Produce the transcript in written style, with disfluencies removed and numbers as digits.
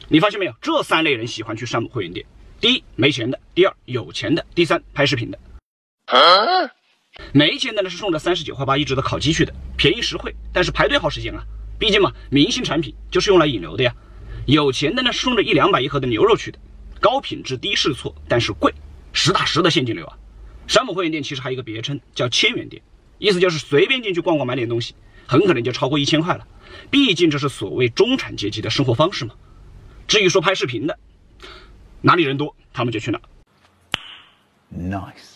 你发现没有？这3类人喜欢去山姆会员店：第一，没钱的；第二，有钱的；第三，拍视频的。没钱的呢是冲着39块8一支的烤鸡去的，便宜实惠，但是排队耗时间啊。毕竟嘛，明星产品就是用来引流的呀。有钱的呢是冲着100-200一盒的牛肉去的，高品质低试错，但是贵，实打实的现金流啊。山姆会员店其实还有一个别称叫千元店，意思就是随便进去逛逛买点东西，很可能就超过1000块了。毕竟这是所谓中产阶级的生活方式嘛。至于说拍视频的，哪里人多他们就去哪。Nice。